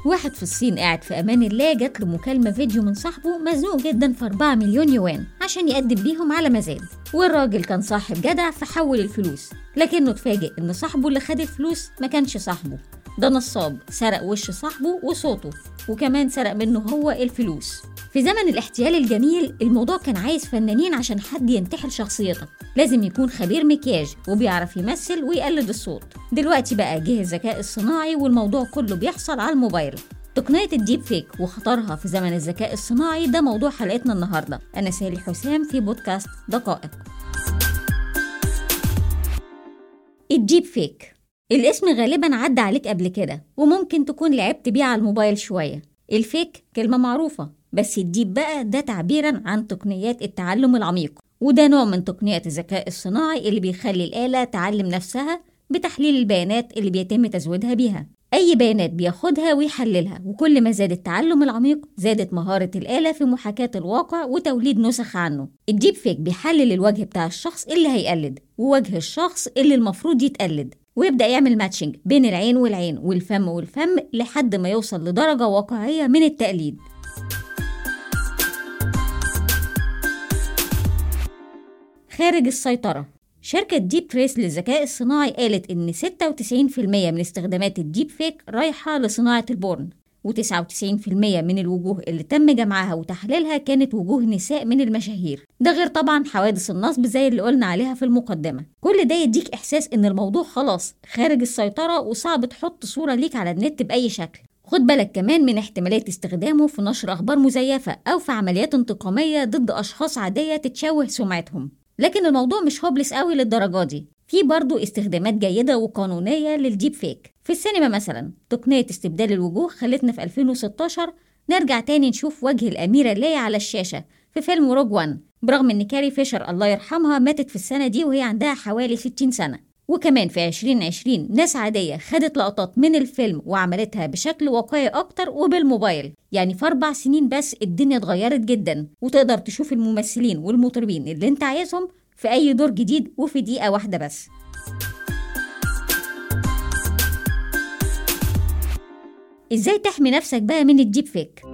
واحد في الصين قاعد في أمان الله جات له مكالمة فيديو من صاحبه مزنوق جدا في 4 مليون يوان عشان يقدم بيهم على مزاد، والراجل كان صاحب جدع فحول الفلوس، لكنه اتفاجئ إن صاحبه اللي خد الفلوس ما كانش صاحبه، ده نصاب سرق وش صاحبه وصوته، وكمان سرق منه هو الفلوس. في زمن الاحتيال الجميل الموضوع كان عايز فنانين عشان حد ينتحل شخصيتك، لازم يكون خبير مكياج وبيعرف يمثل ويقلد الصوت. دلوقتي بقى جه الذكاء الصناعي والموضوع كله بيحصل على الموبايل. تقنية الديب فيك وخطرها في زمن الذكاء الصناعي ده موضوع حلقتنا النهاردة. أنا سالي حسام في بودكاست دقائق. الديب فيك الاسم غالبا عدى عليك قبل كده وممكن تكون لعبت بيه على الموبايل شوية. الفيك كلمة معروفة، بس الديب بقى ده تعبيرا عن تقنيات التعلم العميق، وده نوع من تقنيات الذكاء الصناعي اللي بيخلي الآلة تعلم نفسها بتحليل البيانات اللي بيتم تزويدها بيها. أي بيانات بياخدها ويحللها، وكل ما زاد التعلم العميق زادت مهارة الآلة في محاكاة الواقع وتوليد نسخ عنه. الديب فيك بيحلل الوجه بتاع الشخص اللي هيقلد ووجه الشخص اللي المفروض يتقلد، ويبدأ يعمل ماتشنج بين العين والعين والفم والفم لحد ما يوصل لدرجة واقعية من التقليد. خارج السيطرة. شركة ديب تريس للذكاء الصناعي قالت إن 96% من استخدامات الديب فيك رايحة لصناعة البورن، و99% من الوجوه اللي تم جمعها وتحليلها كانت وجوه نساء من المشاهير، ده غير طبعا حوادث النصب زي اللي قلنا عليها في المقدمة. كل ده يديك إحساس إن الموضوع خلاص خارج السيطرة وصعب تحط صورة ليك على النت بأي شكل. خد بالك كمان من احتمالية استخدامه في نشر أخبار مزيفة أو في عمليات انتقامية ضد أشخاص عادية تتشوه سمعتهم. لكن الموضوع مش هوبلس قوي للدرجة دي، في برضو استخدامات جيدة وقانونية للديب فيك. في السينما مثلا تقنية استبدال الوجوه خلتنا في 2016 نرجع تاني نشوف وجه الأميرة ليا على الشاشة في فيلم روج وان، برغم ان كاري فيشر الله يرحمها ماتت في السنة دي وهي عندها حوالي 60 سنة. وكمان في 2020 ناس عادية خدت لقطات من الفيلم وعملتها بشكل واقعي أكتر وبالموبايل. يعني في 4 سنين بس الدنيا اتغيرت جدا، وتقدر تشوف الممثلين والمطربين اللي انت عايزهم في أي دور جديد وفي دقيقة واحدة بس. ازاي تحمي نفسك بقى من الديب فيك؟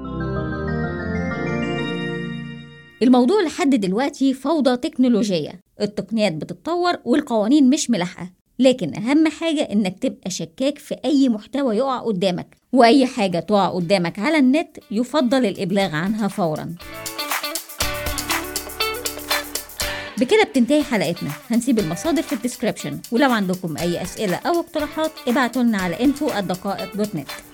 الموضوع لحد دلوقتي فوضى تكنولوجية، التقنيات بتتطور والقوانين مش ملاحقة، لكن أهم حاجة إنك تبقى شكاك في أي محتوى يقع قدامك، وأي حاجة تقع قدامك على النت يفضل الإبلاغ عنها فوراً. بكده بتنتهي حلقتنا، هنسيب المصادر في الديسكريبشن، ولو عندكم أي أسئلة أو اقتراحات ابعتوا لنا على info@دقائق.net.